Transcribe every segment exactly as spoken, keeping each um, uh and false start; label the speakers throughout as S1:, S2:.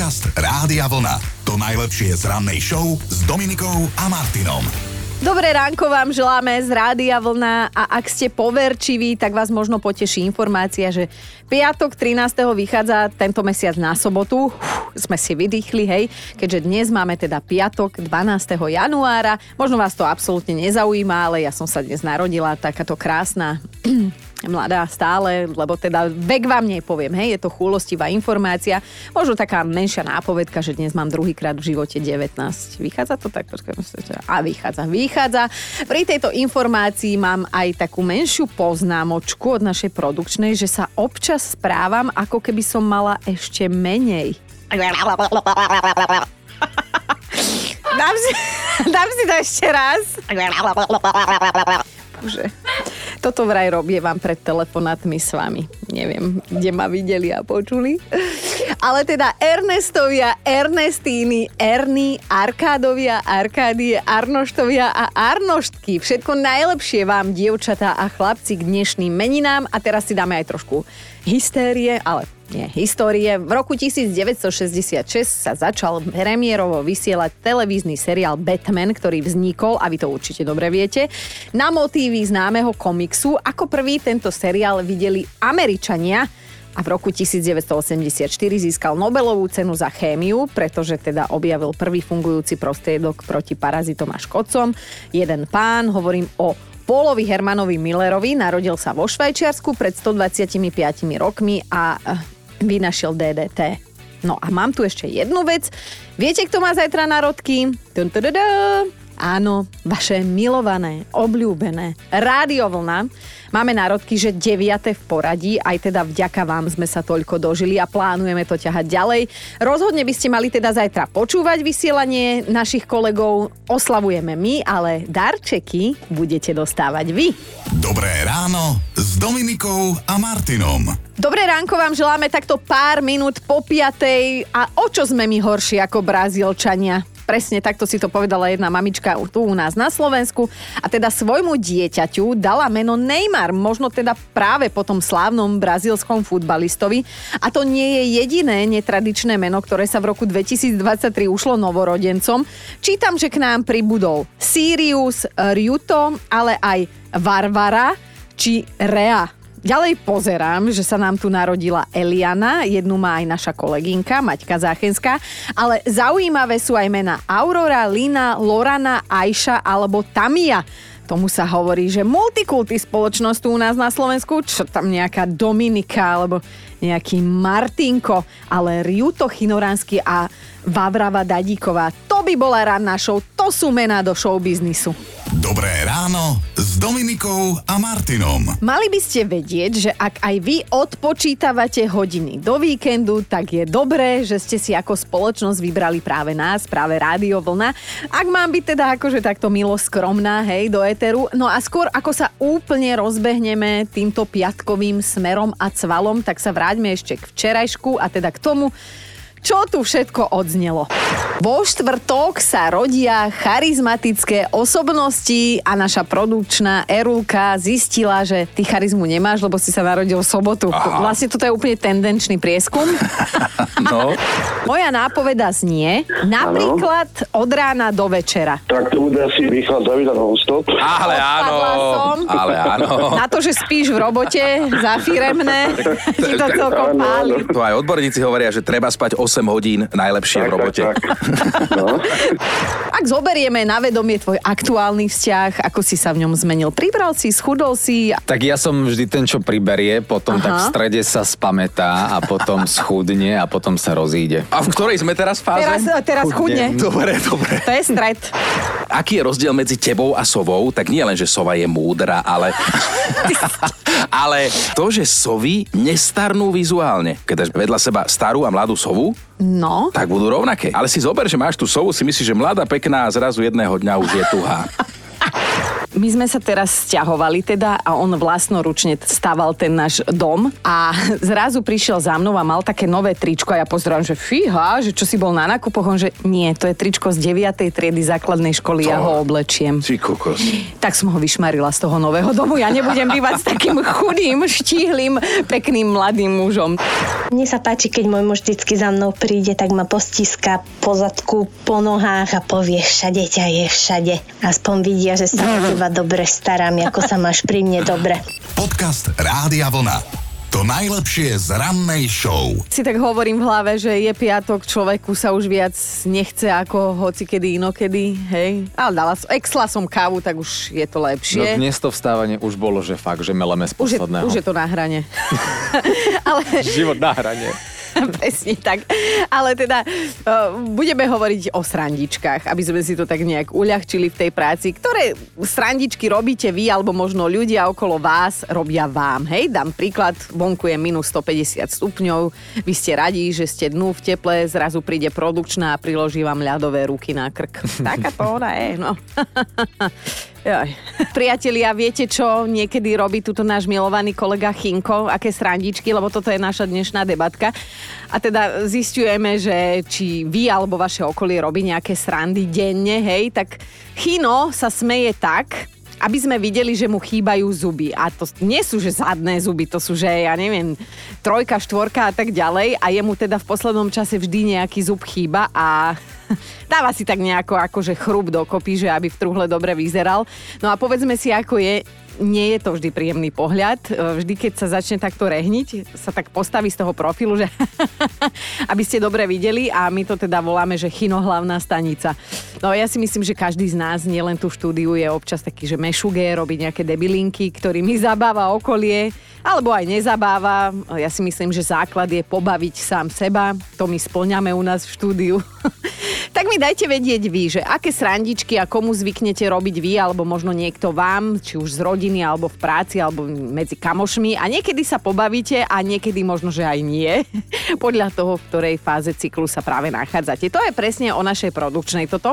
S1: Podcast Rádia Vlna. To najlepšie z rannej show s Dominikou a Martinom.
S2: Dobré ránko vám želáme z Rádia Vlna a ak ste poverčiví, tak vás možno poteší informácia, že piatok trinásteho vychádza tento mesiac na sobotu. Uf, sme si vydýchli, hej, keďže dnes máme teda piatok dvanásteho januára. Možno vás to absolútne nezaujíma, ale ja som sa dnes narodila, takáto krásna... mladá stále, lebo teda vek vám nepoviem, hej, je to chúlostivá informácia. Možno taká menšia nápovedka, že dnes mám druhýkrát v živote devätnásť. Vychádza to tak? A vychádza, vychádza. Pri tejto informácii mám aj takú menšiu poznámočku od našej produkčnej, že sa občas správam, ako keby som mala ešte menej. Dám si, dám si to ešte raz. Bože. Toto vraj robievam pred telefonátmi s vami. Neviem, kde ma videli a počuli. Ale teda Ernestovia, Ernestíny, Erny, Arkádovia, Arkádie, Arnoštovia a Arnoštky. Všetko najlepšie vám, dievčatá a chlapci, k dnešným meninám. A teraz si dáme aj trošku hystérie, ale nie histórie. V roku devätnásťstošesťdesiatšesť sa začal premiérovo vysielať televízny seriál Batman, ktorý vznikol, a vy to určite dobre viete, na motívy známeho komiksu. Ako prvý tento seriál videli Američania a v roku devätnásťstoosemdesiatštyri získal Nobelovú cenu za chémiu, pretože teda objavil prvý fungujúci prostriedok proti parazitom a škodcom. Jeden pán, hovorím o Paulovi Hermanovi Millerovi, narodil sa vo Švajčiarsku pred stodvadsaťpäť rokmi a vynašiel dé dé té. No a mám tu ešte jednu vec. Viete, kto má zajtra narodky? Áno, vaše milované, obľúbené Rádio Vlna. Máme národky, že deviate v poradí, aj teda vďaka vám sme sa toľko dožili a plánujeme to ťahať ďalej. Rozhodne by ste mali teda zajtra počúvať vysielanie našich kolegov. Oslavujeme my, ale darčeky budete dostávať vy.
S1: Dobré ráno s Dominikou a Martinom.
S2: Dobré ránko vám želáme takto pár minút po piatej a o čo sme my horší ako Brazílčania? Presne takto si to povedala jedna mamička tu u nás na Slovensku a teda svojmu dieťaťu dala meno Neymar, možno teda práve po tom slávnom brazílskom futbalistovi. A to nie je jediné netradičné meno, ktoré sa v roku dvetisícdvadsaťtri ušlo novorodencom. Čítam, že k nám pribudol Sirius, Ryuto, ale aj Varvara či Rea. Ďalej pozerám, že sa nám tu narodila Eliana, jednu má aj naša kolegynka, Maťka Záchenská, ale zaujímavé sú aj mená Aurora, Lina, Lorana, Ajša alebo Tamia. Tomu sa hovorí, že multikulty spoločnosť tu u nás na Slovensku, čo tam nejaká Dominika alebo nejaký Martinko, ale Ryuto Chinoránsky a Vavrava Dadíková, to by bola ranná show, to sú mená do showbiznisu.
S1: Dobré ráno s Dominikou a Martinom.
S2: Mali by ste vedieť, že ak aj vy odpočítavate hodiny do víkendu, tak je dobré, že ste si ako spoločnosť vybrali práve nás, práve Rádio Vlna. Ak mám byť teda akože takto milo skromná, hej, do éteru. No a skôr ako sa úplne rozbehneme týmto piatkovým smerom a cvalom, tak sa vráťme ešte k včerajšku a teda k tomu, čo tu všetko odznelo. Vo štvrtok sa rodia charizmatické osobnosti a naša produkčná Erulka zistila, že ty charizmu nemáš, lebo si sa narodil v sobotu. Aha. Vlastne toto je úplne tendenčný prieskum.
S3: No.
S2: Moja nápoveda znie napríklad od rána do večera.
S4: Tak to bude asi výklad Davida non-stop.
S3: Ale áno. Ale áno.
S2: Na to, že spíš v robote, za firemné, ti to celkom páli.
S3: To aj odborníci hovoria, že treba spať osem hodín najlepšie
S4: tak,
S3: v robote.
S4: Tak, tak. No.
S2: Ak zoberieme na vedomie tvoj aktuálny vzťah, ako si sa v ňom zmenil? Pribral si, schudol si?
S5: Tak ja som vždy ten, čo priberie, potom Aha. tak v strede sa spamätá a potom schudne a potom sa rozíde.
S3: A v ktorej sme teraz fáze?
S2: Teraz, teraz chudne.
S3: Dobre, dobre.
S2: To je stred.
S3: Aký je rozdiel medzi tebou a sovou? Tak nie len, že sova je múdra, ale... ale to, že sovy nestarnú vizuálne. Keď dáš vedľa seba starú a mladú sovu,
S2: no,
S3: tak budú rovnaké. Ale si zober, že máš tú sovu, si myslíš, že mladá, pekná a zrazu jedného dňa už je tuhá.
S2: My sme sa teraz sťahovali teda a on vlastnoručne staval ten náš dom a zrazu prišiel za mnou a mal také nové tričko a ja pozerám, že fíha, že čo si bol na nákupoch, on že nie, to je tričko z deviatej triedy základnej školy, ja ho oblečiem.
S3: Ty kokos.
S2: Tak som ho vyšmarila z toho nového domu, ja nebudem bývať s takým chudým, štíhlým, pekným mladým mužom.
S6: Mne sa páči, keď môj muž vždycky za mnou príde, tak ma postíska po zadku, po nohách a povie, všade ťa je, všade. Aspoň vidia, že sa o teba dobre starám, ako sa máš pri mne dobre.
S1: Podcast Rádia Vlna. To najlepšie z rannej show.
S2: Si tak hovorím v hlave, že je piatok, človeku sa už viac nechce ako hocikedy inokedy, hej. Ale dala som, exla som kávu, tak už je to lepšie.
S5: No dnes to vstávanie už bolo, že fakt, že meleme z posledného.
S2: Už je, už je to na hrane. Ale...
S5: Život na hrane.
S2: Presne tak. Ale teda uh, budeme hovoriť o srandičkách, aby sme si to tak nejak uľahčili v tej práci. Ktoré srandičky robíte vy, alebo možno ľudia okolo vás robia vám, hej? Dám príklad, vonku je minus stopäťdesiat stupňov, vy ste radi, že ste dnu v teple, zrazu príde produkčná a priloží vám ľadové ruky na krk. Taká to ona je, no. Joj. Priatelia, viete čo niekedy robí tuto náš milovaný kolega Chinko? Aké srandičky, lebo toto je naša dnešná debatka. A teda zisťujeme, že či vy alebo vaše okolie robí nejaké srandy denne, hej, tak Chino sa smeje tak, aby sme videli, že mu chýbajú zuby. A to nie sú, že zadné zuby, to sú, že ja neviem, trojka, štvorka a tak ďalej. A jemu teda v poslednom čase vždy nejaký zub chýba a dáva si tak nejako akože chrup dokopy, že aby v truhle dobre vyzeral. No a povedzme si, ako je, nie je to vždy príjemný pohľad. Vždy, keď sa začne takto rehniť, sa tak postaví z toho profilu, že aby ste dobre videli a my to teda voláme, že Chino hlavná stanica. No ja si myslím, že každý z nás, nielen tu v štúdiu, je občas taký, že mešugé, robí nejaké debilinky, ktorými zabáva okolie, alebo aj nezabáva. Ja si myslím, že základ je pobaviť sám seba. To my spĺňame u nás v štúdiu. Tak mi dajte vedieť vy, že aké srandičky a komu zvyknete robiť vy, alebo možno niekto vám, či už z rodiny, alebo v práci, alebo medzi kamošmi. A niekedy sa pobavíte a niekedy možno, že aj nie. Podľa toho, v ktorej fáze cyklu sa práve nachádzate. To je presne o našej produkčnej toto.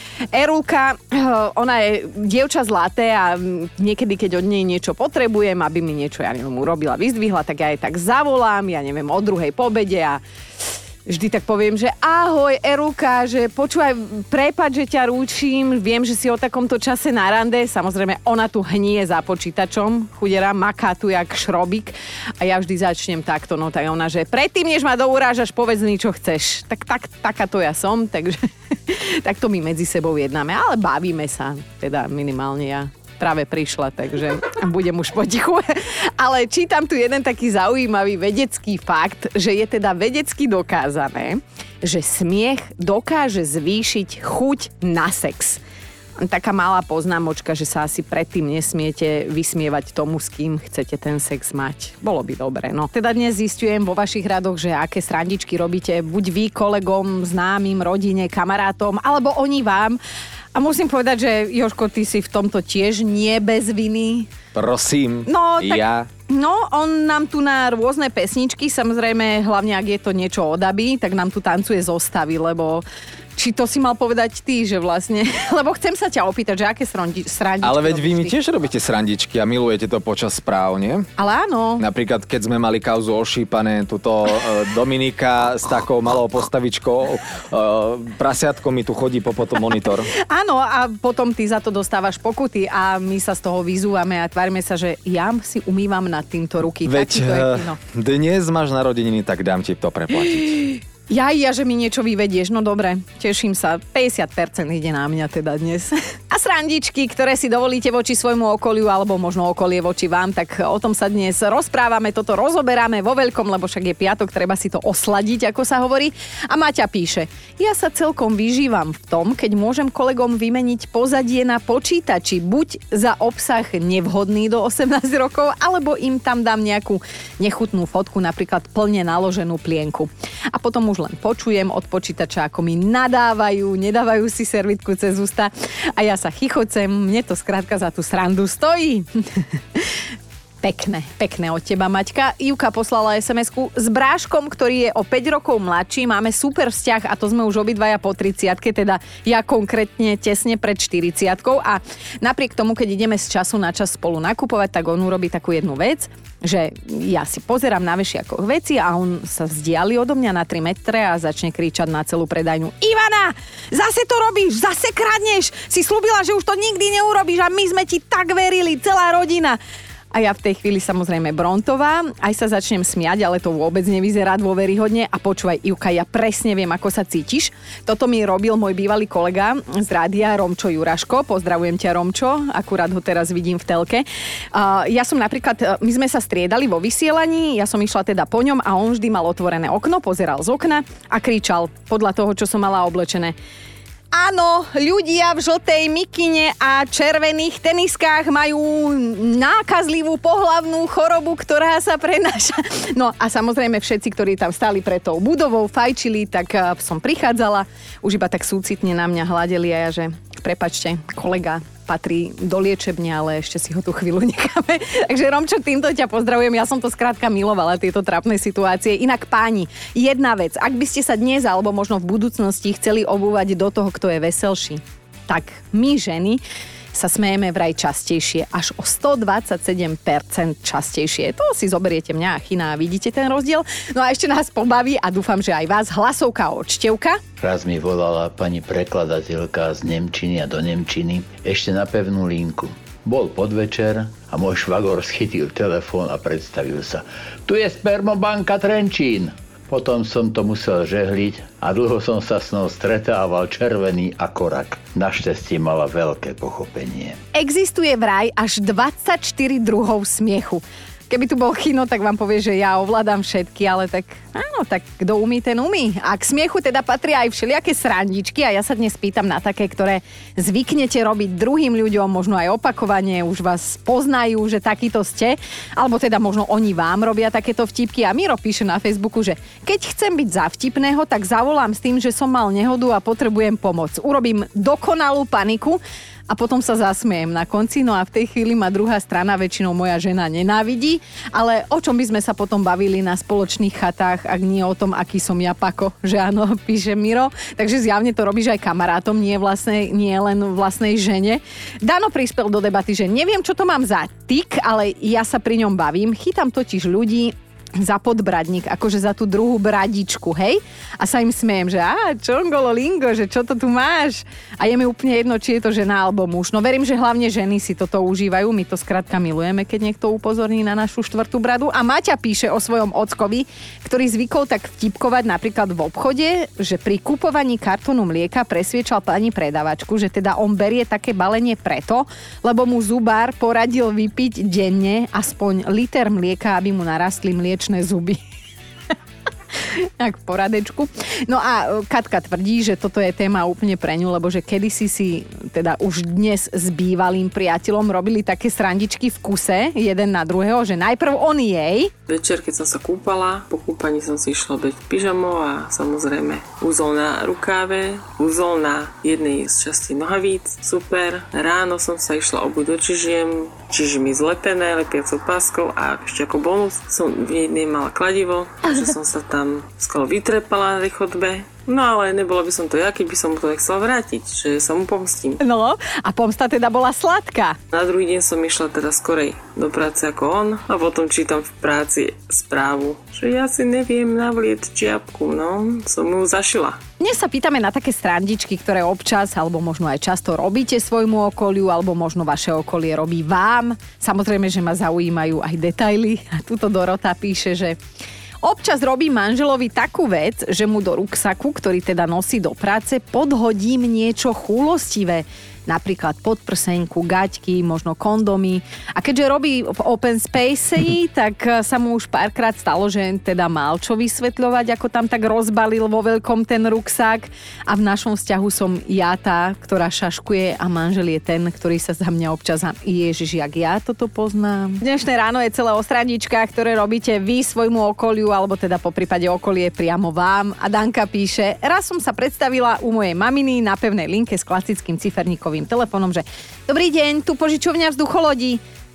S2: Erulka, ona je dievča zlaté a niekedy, keď od nej niečo potrebujem, aby mi niečo, ja neviem, urobila, vyzdvihla, tak ja jej tak zavolám, ja neviem, o druhej po obede a vždy tak poviem, že ahoj Erulka, že počúvaj, prepáč, že ťa rúčim, viem, že si o takomto čase na rande, samozrejme ona tu hnie za počítačom, chudera, maká tu jak šrobik a ja vždy začnem takto, no tak ona, že predtým, než ma dourážaš, povedz mi, čo chceš. Tak, tak takáto ja som, takže takto my medzi sebou jednáme, ale bavíme sa, teda minimálne ja. Práve prišla, takže budem už potichu. Ale čítam tu jeden taký zaujímavý vedecký fakt, že je teda vedecky dokázané, že smiech dokáže zvýšiť chuť na sex. Taká malá poznámočka, že sa asi predtým nesmiete vysmievať tomu, s kým chcete ten sex mať. Bolo by dobre, no. Teda dnes zistujem vo vašich radoch, že aké srandičky robíte buď vy kolegom, známym, rodine, kamarátom, alebo oni vám. A musím povedať, že Jožko, ty si v tomto tiež nie bez viny.
S5: Prosím,
S2: no, tak,
S5: ja...
S2: No, on nám tu na rôzne pesničky, samozrejme, hlavne ak je to niečo od Aby, tak nám tu tancuje zostavy, lebo... Či to si mal povedať ty, že vlastne... Lebo chcem sa ťa opýtať, že aké srandi, srandičky...
S5: Ale veď vy mi
S2: ty?
S5: tiež robíte srandičky a milujete to počas správ, nie?
S2: Ale áno.
S5: Napríklad, keď sme mali kauzu ošípané, tuto uh, Dominika s takou malou postavičkou, uh, prasiatko mi tu chodí po potom monitor.
S2: Áno, a potom ty za to dostávaš pokuty a my sa z toho vyzúvame a tvárime sa, že ja si umývam nad týmto ruky.
S5: Veď
S2: uh,
S5: dnes máš narodeniny, tak dám ti to preplatiť.
S2: Ja, ja, že mi niečo vyvedieš, no dobre, teším sa. päťdesiat percent ide na mňa teda dnes. A srandičky, ktoré si dovolíte voči svojmu okoliu, alebo možno okolie voči vám, tak o tom sa dnes rozprávame, toto rozoberáme vo veľkom, lebo však je piatok, treba si to osladiť, ako sa hovorí. A Maťa píše, ja sa celkom vyžívam v tom, keď môžem kolegom vymeniť pozadie na počítači, buď za obsah nevhodný do osemnásť rokov, alebo im tam dám nejakú nechutnú fotku, napríklad plne naloženú plienku. A potom už len počujem od počítača, ako mi nadávajú, nedávajú si servitku cez ústa a ja sa chichocem, mne to skrátka za tú srandu stojí. Pekné, pekné od teba, Maťka. Ivka poslala es em esku s bráškom, ktorý je o päť rokov mladší. Máme super vzťah a to sme už obidvaja po tridsiatke, teda ja konkrétne tesne pred štyridsiatkou. A napriek tomu, keď ideme z času na čas spolu nakupovať, tak on urobí takú jednu vec, že ja si pozerám na vešiakoch veci a on sa vzdiali odo mňa na tri metre a začne kričať na celú predajňu: Ivana, zase to robíš, zase kradneš, si slúbila, že už to nikdy neurobíš a my sme ti tak verili, celá rodina. A ja v tej chvíli samozrejme Brontová, aj sa začnem smiať, ale to vôbec nevyzerá dôveryhodne. A počúvaj, Ivka, ja presne viem, ako sa cítiš. Toto mi robil môj bývalý kolega z rádia Romčo Juraško. Pozdravujem ťa, Romčo, akurát ho teraz vidím v telke. Uh, ja som napríklad, my sme sa striedali vo vysielaní, ja som išla teda po ňom a on vždy mal otvorené okno, pozeral z okna a kričal podľa toho, čo som mala oblečené: Áno, ľudia v žltej mikine a červených teniskách majú nákazlivú pohlavnú chorobu, ktorá sa prenáša. No a samozrejme všetci, ktorí tam stáli pred tou budovou, fajčili, tak som prichádzala, už iba tak súcitne na mňa hladili a ja, že prepáčte, kolega patrí do liečebne, ale ešte si ho tú chvíľu necháme. Takže Romčo, týmto ťa pozdravujem. Ja som to skrátka milovala, tieto trápne situácie. Inak páni, jedna vec. Ak by ste sa dnes alebo možno v budúcnosti chceli obúvať do toho, kto je veselší, tak my ženy sa smejeme vraj častejšie, až o stodvadsaťsedem percent častejšie. To si zoberiete mňa a Chyna a vidíte ten rozdiel. No a ešte nás pobaví a dúfam, že aj vás hlasovka od Števka.
S7: Raz mi volala pani prekladateľka z nemčiny a do nemčiny ešte na pevnú linku. Bol podvečer a môj švagor schytil telefón a predstavil sa: Tu je Spermobanka Trenčín. Potom som to musel žehliť a dlho som sa s nou stretával červený ako rak. Našťastie mala veľké pochopenie.
S2: Existuje vraj až dvadsaťštyri druhov smiechu. Keby tu bol Chino, tak vám povie, že ja ovládam všetky, ale tak áno, tak kto umí, ten umí. A k smiechu teda patria aj všelijaké srandičky a ja sa dnes pýtam na také, ktoré zvyknete robiť druhým ľuďom, možno aj opakovane, už vás poznajú, že takýto ste, alebo teda možno oni vám robia takéto vtipky. A Miro píše na Facebooku, že keď chcem byť za vtipného, tak zavolám s tým, že som mal nehodu a potrebujem pomoc. Urobím dokonalú paniku a potom sa zasmiejem na konci, no a v tej chvíli ma druhá strana, väčšinou moja žena, nenávidí, ale o čom by sme sa potom bavili na spoločných chatách, ak nie o tom, aký som ja pako, že áno, píše Miro. Takže zjavne to robíš aj kamarátom, nie, vlastnej, nie len vlastnej žene. Dano prispel do debaty, že neviem, čo to mám za tik, ale ja sa pri ňom bavím, chytám totiž ľudí za podbradník, akože za tú druhú bradičku, hej? A sa im smejem, že á, čongolo lingo, že čo to tu máš? A je mi úplne jedno, či je to žena alebo muž. No verím, že hlavne ženy si toto užívajú, my to skrátka milujeme, keď niekto upozorní na našu štvrtú bradu. A Maťa píše o svojom ockovi, ktorý zvykol tak vtipkovať napríklad v obchode, že pri kupovaní kartónu mlieka presviečal pani predavačku, že teda on berie také balenie preto, lebo mu zubár poradil vypiť denne aspoň liter mlieka, aby mu narastli mliečne zuby. Jak poradečku. No a Katka tvrdí, že toto je téma úplne pre ňu, lebo že kedysi si teda už dnes s bývalým priateľom robili také srandičky v kuse, jeden na druhého, že najprv on jej.
S8: Večer, keď som sa kúpala, po kúpaní som si išla obeť pyžamo a samozrejme úzol na rukáve, úzol na jednej z časti nohavíc, super. Ráno som sa išla obuť do čižiem, čiže mi zlepené, lepiacou páskou a ešte ako bonus som v jednej mala kladivo, že som sa tam skoro vytrepala na tej chodbe. No ale nebolo by som to ja, keď by som mu to nechcel vrátiť, že sa mu pomstím.
S2: No a pomsta teda bola sladká.
S8: Na druhý deň som išla teda skorej do práce ako on a potom čítam v práci správu, že ja si neviem navlieť čiapku, no som ju zašila.
S2: Dnes sa pýtame na také srandičky, ktoré občas alebo možno aj často robíte svojmu okoliu alebo možno vaše okolie robí vám. Samozrejme, že ma zaujímajú aj detaily. A tuto Dorota píše, že občas robí manželovi takú vec, že mu do ruksaku, ktorý teda nosí do práce, podhodím niečo chúlostivé. Napríklad podprsenku, gaťky, možno kondomy. A keďže robí v open space, tak sa mu už párkrát stalo, že teda mal čo vysvetľovať, ako tam tak rozbalil vo veľkom ten ruksak. A v našom vzťahu som ja tá, ktorá šaškuje a manžel je ten, ktorý sa za mňa občas... Ježiš, jak ja toto poznám. Dnešné ráno je celé o srandičkách, ktoré robíte vy svojmu okoliu, alebo teda po prípade okolie priamo vám. A Danka píše, raz som sa predstavila u mojej maminy na pevnej linke s klasickým ciferníkom telefónom, že dobrý deň, tu požičovňa vzducholodí.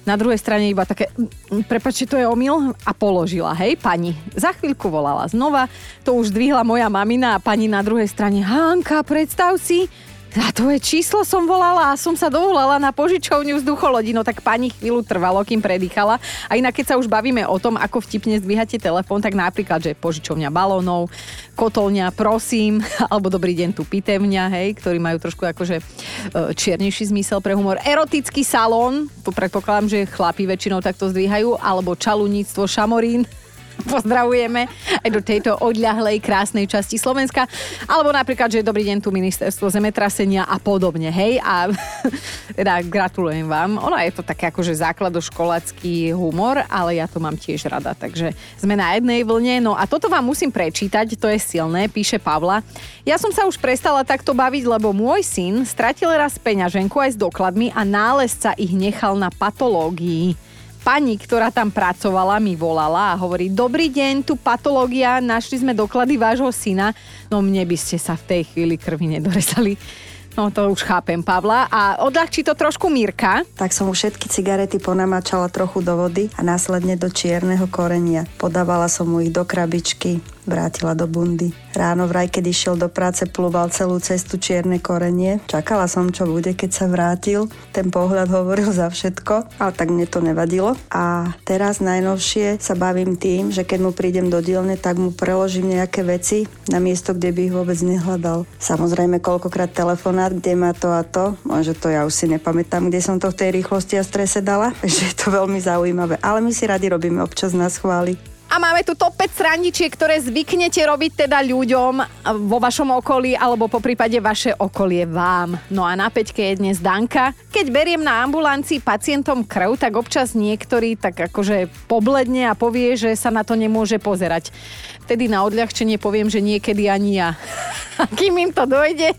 S2: Na druhej strane iba také, prepáčte, to je omyl, a položila, hej, pani. Za chvíľku volala znova, to už dvihla moja mamina a pani na druhej strane, Hanka, predstav si, za tvoje číslo som volala a som sa dovolala na požičovňu vzducholodí. No tak pani chvíľu trvalo, kým predýchala. A inak, keď sa už bavíme o tom, ako vtipne zdvíhate telefón, tak napríklad, že požičovňa balónov, kotolňa, prosím, alebo dobrý deň, tu pitevňa, hej, ktorí majú trošku akože čiernejší zmysel pre humor. Erotický salón, tu predpokladám, že chlapi väčšinou takto zdvíhajú, alebo čaluníctvo, šamorín. Pozdravujeme aj do tejto odľahlej krásnej časti Slovenska. Alebo napríklad, že dobrý deň, tu ministerstvo zemetrasenia a podobne, hej. A teda gratulujem vám. Ono je to také akože základoškolácky humor, ale ja to mám tiež rada, takže sme na jednej vlne. No a toto vám musím prečítať, to je silné, píše Pavla. Ja som sa už prestala takto baviť, lebo môj syn stratil raz peňaženku aj s dokladmi a nálezca ich nechal na patológii. Pani, ktorá tam pracovala, mi volala a hovorí, dobrý deň, tu patológia, našli sme doklady vášho syna. No mne by ste sa v tej chvíli krvi nedorezali. No to už chápem, Pavla. A odľahčí to trošku Mirka.
S9: Tak som mu všetky cigarety ponamáčala trochu do vody a následne do čierneho korenia. Podávala som mu ich do krabičky, vrátila do bundy. Ráno vraj, keď išiel do práce, plúval celú cestu čierne korenie. Čakala som, čo bude, keď sa vrátil. Ten pohľad hovoril za všetko, ale tak mne to nevadilo. A teraz najnovšie sa bavím tým, že keď mu prídem do dielne, tak mu preložím nejaké veci na miesto, kde by ich vôbec nehľadal. Samozrejme, koľkokrát telefonát, kde má to a to. Môže to ja už si nepamätám, kde som to v tej rýchlosti a strese dala. Takže je to veľmi zaujímavé. Ale my si radi robíme občas na schvály.
S2: A máme tu top päť srandičiek, ktoré zvyknete robiť teda ľuďom vo vašom okolí, alebo po prípade vaše okolie vám. No a na päťke je dnes Danka. Keď beriem na ambulancii pacientom krv, tak občas niektorý tak akože pobledne a povie, že sa na to nemôže pozerať. Vtedy na odľahčenie poviem, že niekedy ani ja. A kým im to dojde,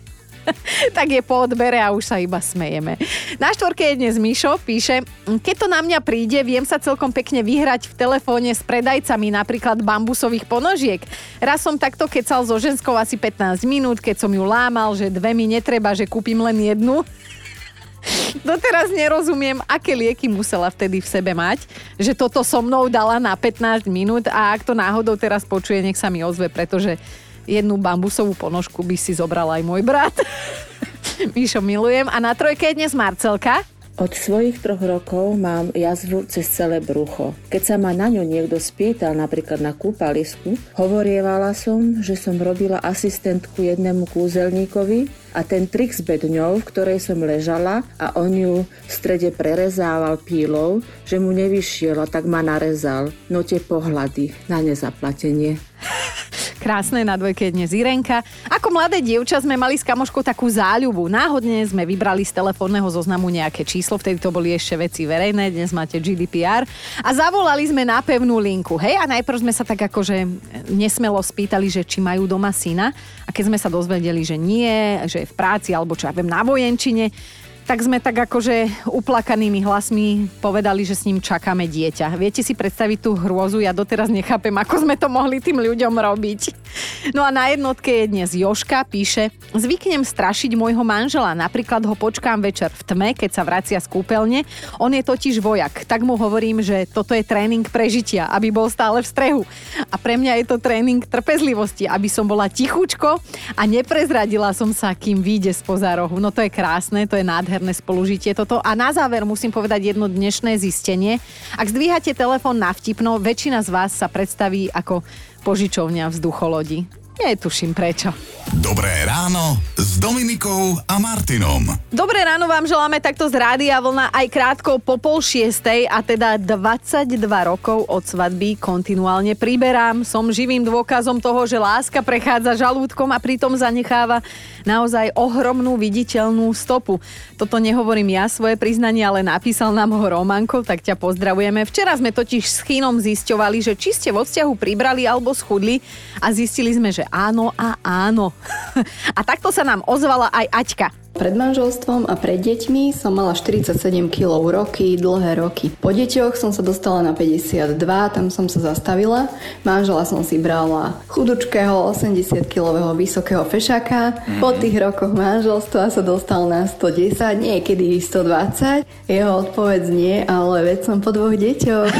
S2: tak je po odbere a už sa iba smejeme. Na štvorke je dnes Mišo, píše, keď to na mňa príde, viem sa celkom pekne vyhrať v telefóne s predajcami napríklad bambusových ponožiek. Raz som takto kecal so ženskou asi pätnásť minút, keď som ju lámal, že dve mi netreba, že kúpim len jednu. Doteraz nerozumiem, aké lieky musela vtedy v sebe mať, že toto so mnou dala na pätnásť minút a ak to náhodou teraz počuje, nech sa mi ozve, pretože jednu bambusovú ponožku by si zobral aj môj brat. Míšo, milujem. A na trojke je dnes Marcelka.
S10: Od svojich troch rokov mám jazvu cez celé brucho. Keď sa ma na ňu niekto spýtal, napríklad na kúpalisku, hovorievala som, že som robila asistentku jednému kúzelníkovi a ten trik s bedňou, v ktorej som ležala a on ju v strede prerezával pílou, že mu nevyšiel a tak ma narezal. No tie pohľady na nezaplatenie.
S2: Krásne, na dvojke je dnes Irenka. Ako mladé dievča sme mali s kamoškou takú záľubu. Náhodne sme vybrali z telefónneho zoznamu nejaké číslo, vtedy to boli ešte veci verejné, dnes máte G D P R. A zavolali sme na pevnú linku, hej? A najprv sme sa tak akože nesmelo spýtali, že či majú doma syna. A keď sme sa dozvedeli, že nie, že je v práci, alebo čo ja viem, na vojenčine, tak sme tak akože uplakanými hlasmi povedali, že s ním čakáme dieťa. Viete si predstaviť tú hrôzu? Ja doteraz nechápem, ako sme to mohli tým ľuďom robiť. No a na jednotke je dnes Joška, píše, zvyknem strašiť môjho manžela, napríklad ho počkám večer v tme, keď sa vracia z kúpeľne. On je totiž vojak, tak mu hovorím, že toto je tréning prežitia, aby bol stále v strehu. A pre mňa je to tréning trpezlivosti, aby som bola tichučko a neprezradila som sa, kým vyjde spoza rohu. No to je krásne, to je nádherné spolužitie toto. A na záver musím povedať jedno dnešné zistenie. Ak zdvíhate telefón na vtipno, väčšina z vás sa predstaví ako požičovňa vzducholodí. Netuším prečo.
S1: Dobré ráno s Dominikou a Martinom.
S2: Dobré ráno vám želáme takto z Rádia Vlna aj krátko po pol šiestej a teda dvadsaťdva rokov od svadby kontinuálne priberám. Som živým dôkazom toho, že láska prechádza žalúdkom a pritom zanecháva naozaj ohromnú viditeľnú stopu. Toto nehovorím ja svoje priznanie, ale napísal nám ho Romanko, tak ťa pozdravujeme. Včera sme totiž s Chínom zisťovali, že či ste vo vzťahu pribrali alebo schudli a zistili sme, že áno a áno. A takto sa nám ozvala aj Aťka.
S11: Pred manželstvom a pred deťmi som mala štyridsaťsedem kilogramov roky, dlhé roky. Po deťoch som sa dostala na päťdesiatdva, tam som sa zastavila. Manžela som si brala chudučkého, osemdesiatkilového vysokého fešáka. Mm-hmm. Po tých rokoch manželstva sa dostal na stodesať, niekedy stodvadsať. Jeho odpoveď nie, ale veď som po dvoch deťoch.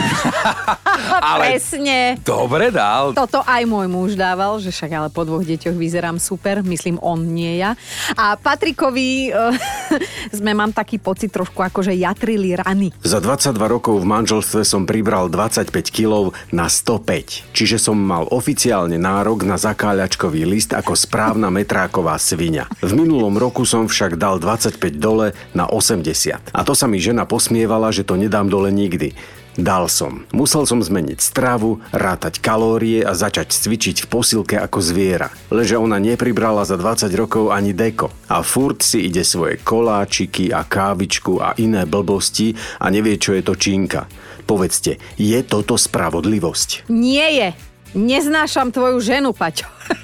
S3: Ale
S2: presne.
S3: Dobre dal.
S2: Toto aj môj muž dával, že však ale po dvoch deťoch vyzerám super, myslím on, nie ja. A Patrikovi sme, mám taký pocit, trošku akože jatrili rany.
S12: Za dvadsaťdva rokov v manželstve som pribral dvadsaťpäť kilogramov na stopäť. Čiže som mal oficiálne nárok na zakáľačkový list ako správna metráková sviňa. V minulom roku som však dal dvadsaťpäť dole na osemdesiat. A to sa mi žena posmievala, že to nedám dole nikdy. Dal som. Musel som zmeniť stravu, rátať kalórie a začať cvičiť v posilke ako zviera. Leže ona nepribrala za dvadsať rokov ani deko. A furt si ide svoje koláčiky a kávičku a iné blbosti a nevie, čo je to činka. Povedzte, je toto spravodlivosť?
S2: Nie je. Neznášam tvoju ženu, Paťo.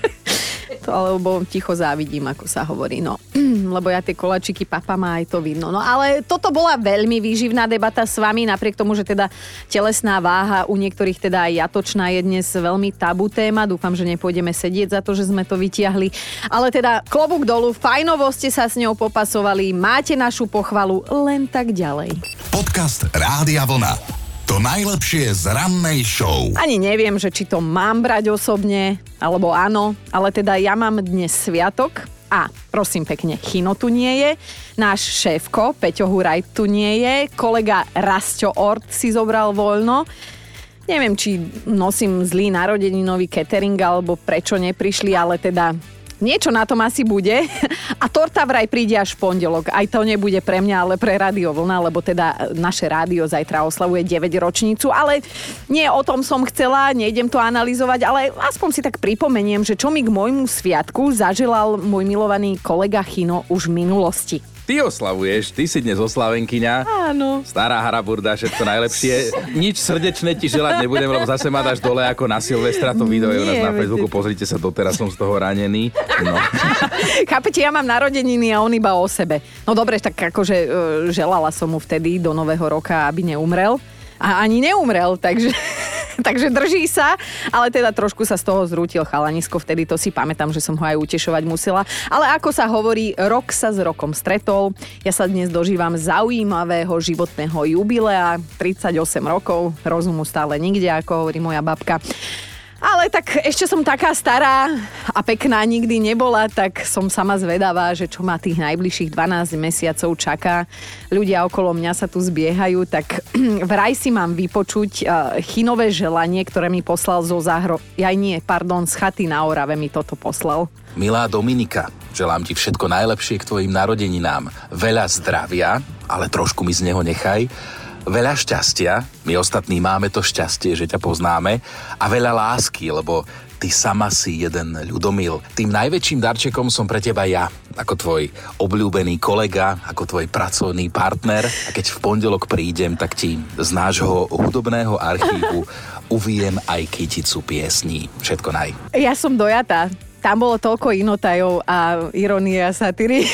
S2: Alebo ticho závidím, ako sa hovorí, no. Lebo ja tie koláčiky papa má, aj to vidno. No ale toto bola veľmi výživná debata s vami, napriek tomu, že teda telesná váha u niektorých teda aj jatočná je dnes veľmi tabu téma. Dúfam, že nepôjdeme sedieť za to, že sme to vytiahli. Ale teda klobúk dolu, fajnovo ste sa s ňou popasovali, máte našu pochvalu, len tak ďalej.
S1: Podcast Rádia Vlna. To najlepšie z rannej show.
S2: Ani neviem, že či to mám brať osobne, alebo áno, ale teda ja mám dnes sviatok a prosím pekne, Chino tu nie je, náš šéfko Peťo Huraj tu nie je, kolega Rasťo Ort si zobral voľno. Neviem, či nosím zlý narodeninový catering, alebo prečo neprišli, ale teda niečo na tom asi bude. A torta vraj príde až v pondelok. Aj to nebude pre mňa, ale pre Rádio Vlna, lebo teda naše rádio zajtra oslavuje deväť ročnicu. Ale nie o tom som chcela, nejdem to analyzovať, ale aspoň si tak pripomeniem, že čo mi k môjmu sviatku zaželal môj milovaný kolega Chino už v minulosti.
S3: Ty oslavuješ, ty si dnes oslavenkyňa.
S2: Áno.
S3: Stará haraburda, všetko najlepšie. Nič srdečné ti želať nebudem, lebo zase ma dáš dole ako na Silvestra. To video je u nás na Facebooku, pozrite sa, doteraz som z toho ranený. No.
S2: Chápete, ja mám narodeniny a on iba o sebe. No dobre, tak akože želala som mu vtedy do nového roka, aby neumrel. A ani neumrel, takže... Takže drží sa, ale teda trošku sa z toho zrútil chalanisko, vtedy to si pamätám, že som ho aj utešovať musela. Ale ako sa hovorí, rok sa s rokom stretol. Ja sa dnes dožívam zaujímavého životného jubilea, tridsaťosem rokov, rozumu stále nikde, ako hovorí moja babka. Ale tak ešte som taká stará a pekná nikdy nebola, tak som sama zvedavá, že čo ma tých najbližších dvanásť mesiacov čaká. Ľudia okolo mňa sa tu zbiehajú, tak vraj si mám vypočuť Chinové želanie, ktoré mi poslal zo záhro... Jaj nie, pardon, z chaty na Orave mi toto poslal.
S3: Milá Dominika, želám ti všetko najlepšie k tvojim narodeninám. Veľa zdravia, ale trošku mi z neho nechaj. Veľa šťastia, my ostatní máme to šťastie, že ťa poznáme, a veľa lásky, lebo ty sama si jeden ľudomil. Tým najväčším darčekom som pre teba ja, ako tvoj obľúbený kolega, ako tvoj pracovný partner, a keď v pondelok prídem, tak ti z nášho hudobného archívu uviem aj kyticu piesní. Všetko naj. Ja
S2: som dojatá. Tam bolo toľko inotajov a ironie a satíry.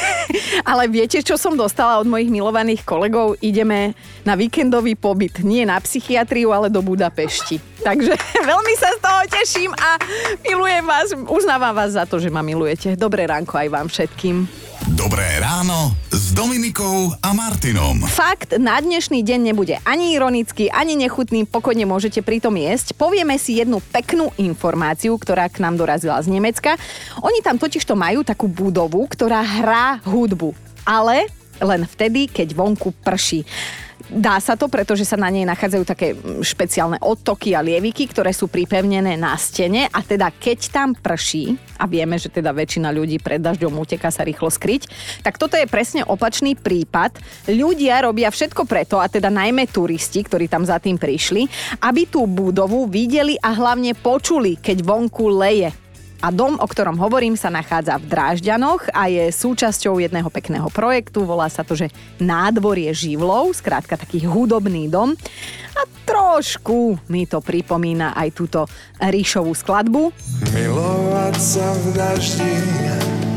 S2: Ale viete, čo som dostala od mojich milovaných kolegov? Ideme na víkendový pobyt. Nie na psychiatriu, ale do Budapešti. Takže veľmi sa z toho teším a milujem vás. Uznávam vás za to, že ma milujete. Dobré ránko aj vám všetkým.
S1: Dobré ráno s Dominikou a Martinom.
S2: Fakt na dnešný deň nebude ani ironický, ani nechutný, pokojne môžete pritom jesť. Povieme si jednu peknú informáciu, ktorá k nám dorazila z Nemecka. Oni tam totižto majú takú budovu, ktorá hrá hudbu, ale len vtedy, keď vonku prší. Dá sa to, pretože sa na nej nachádzajú také špeciálne odtoky a lieviky, ktoré sú pripevnené na stene, a teda keď tam prší, a vieme, že teda väčšina ľudí pred dažďom uteká sa rýchlo skryť, tak toto je presne opačný prípad. Ľudia robia všetko preto, a teda najmä turisti, ktorí tam za tým prišli, aby tú budovu videli a hlavne počuli, keď vonku leje. A dom, o ktorom hovorím, sa nachádza v Drážďanoch a je súčasťou jedného pekného projektu. Volá sa to, že Nádvorie živlov, skrátka taký hudobný dom. A trošku mi to pripomína aj túto Ríšovú skladbu.
S13: Milovať sa v daždi,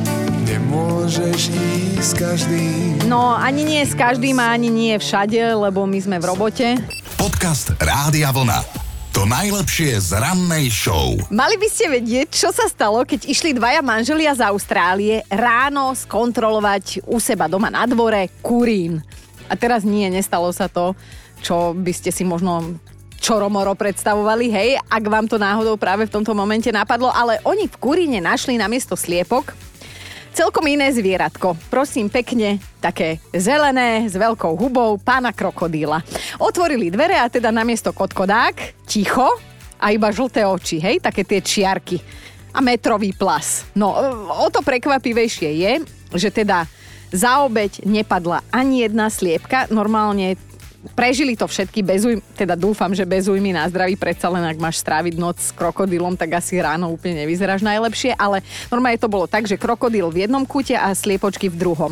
S13: Nemôžeš ísť s každým.
S2: No, ani nie s každým a ani nie všade, lebo my sme v robote.
S1: Podcast Rádia Vlna. To najlepšie z rannej show.
S2: Mali by ste vedieť, čo sa stalo, keď išli dvaja manželia z Austrálie ráno skontrolovať u seba doma na dvore kurín. A teraz nie, nestalo sa to, čo by ste si možno čoromoro predstavovali, hej, ak vám to náhodou práve v tomto momente napadlo, ale oni v kuríne našli namiesto sliepok celkom iné zvieratko. Prosím pekne, také zelené, s veľkou hubou, pána krokodíla. Otvorili dvere a teda namiesto kotkodák, ticho a iba žlté oči, hej, také tie čiarky a metrový plas. No, o to prekvapivejšie je, že teda za obeť nepadla ani jedna sliepka, normálne prežili to všetky bez újmy, teda dúfam, že bez újmy na zdraví, predsa len ak máš stráviť noc s krokodílom, tak asi ráno úplne nevyzeráš najlepšie, ale normálne to bolo tak, že krokodíl v jednom kúte a sliepočky v druhom.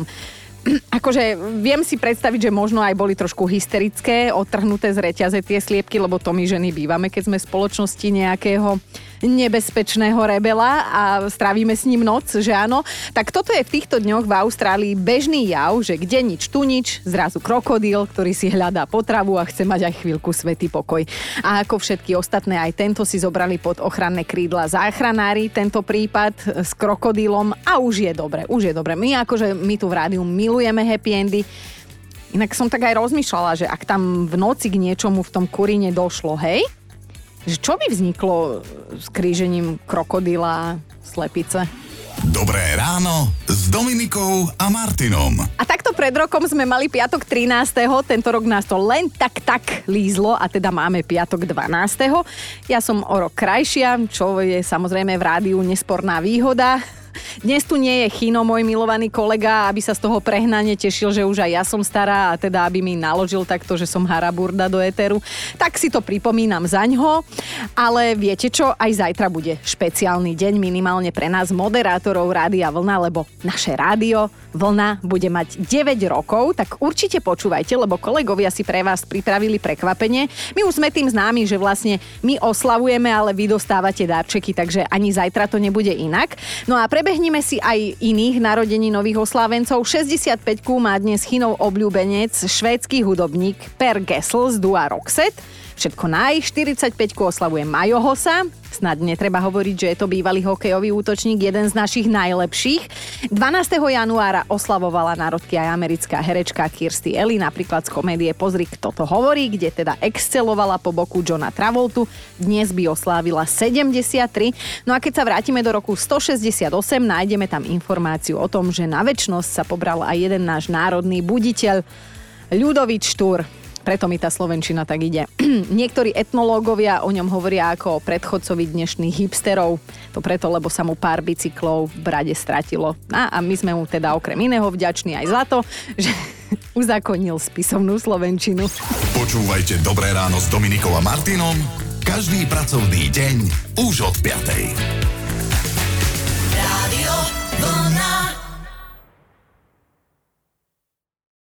S2: Akože viem si predstaviť, že možno aj boli trošku hysterické, odtrhnuté z reťaze tie sliepky, lebo to my ženy bývame, keď sme v spoločnosti nejakého nebezpečného rebela a strávime s ním noc, že áno. Tak toto je v týchto dňoch v Austrálii bežný jav, že kde nič, tu nič, zrazu krokodíl, ktorý si hľadá potravu a chce mať aj chvíľku svätý pokoj. A ako všetky ostatné, aj tento si zobrali pod ochranné krídla záchranári, tento prípad s krokodílom a už je dobre, už je dobre. My akože my tu v rádiu milujeme happy endy. Inak som tak aj rozmýšľala, že ak tam v noci k niečomu v tom kuríne došlo, hej, že čo by vzniklo s krížením krokodíla a slepice?
S1: Dobré ráno s Dominikou a Martinom.
S2: A takto pred rokom sme mali piatok trinásteho Tento rok nás to len tak tak lízlo a teda máme piatok dvanásteho Ja som o rok krajšia, čo je samozrejme v rádiu nesporná výhoda. Dnes tu nie je Chino, môj milovaný kolega, aby sa z toho prehnane tešil, že už aj ja som stará a teda aby mi naložil takto, že som haraburda do éteru. Tak si to pripomínam zaňho, ale viete čo, aj zajtra bude špeciálny deň minimálne pre nás moderátorov Rádia Vlna, lebo naše rádio Vlna bude mať deväť rokov, tak určite počúvajte, lebo kolegovia si pre vás pripravili prekvapenie. My už sme tým známi, že vlastne my oslavujeme, ale vy dostávate darčeky, takže ani zajtra to nebude inak. No a prebehneme si aj iných narodeninových oslávencov. šesťdesiatpäťku má dnes Chinov obľúbenec, švédsky hudobník Per Gessle z dua Roxette. Všetko naj. štyridsaťpäťku oslavuje Majo Hossa. Snad netreba hovoriť, že je to bývalý hokejový útočník, jeden z našich najlepších. dvanásteho januára oslavovala národky aj americká herečka Kirstie Alley, napríklad z komédie Pozri, kto to hovorí, kde teda excelovala po boku Johna Travoltu. Dnes by oslávila sedemdesiattri. No a keď sa vrátime do roku stošesťdesiatosem, nájdeme tam informáciu o tom, že na večnosť sa pobral aj jeden náš národný buditeľ, Ľudovít Štúr. Preto mi tá slovenčina tak ide. Niektorí etnológovia o ňom hovoria ako o predchodcovi dnešných hipsterov. To preto, lebo sa mu pár bicyklov v brade stratilo. A, a my sme mu teda okrem iného vďační aj za to, že uzákonil spisovnú slovenčinu.
S1: Počúvajte Dobré ráno s Dominikou a Martinom každý pracovný deň už od piatej.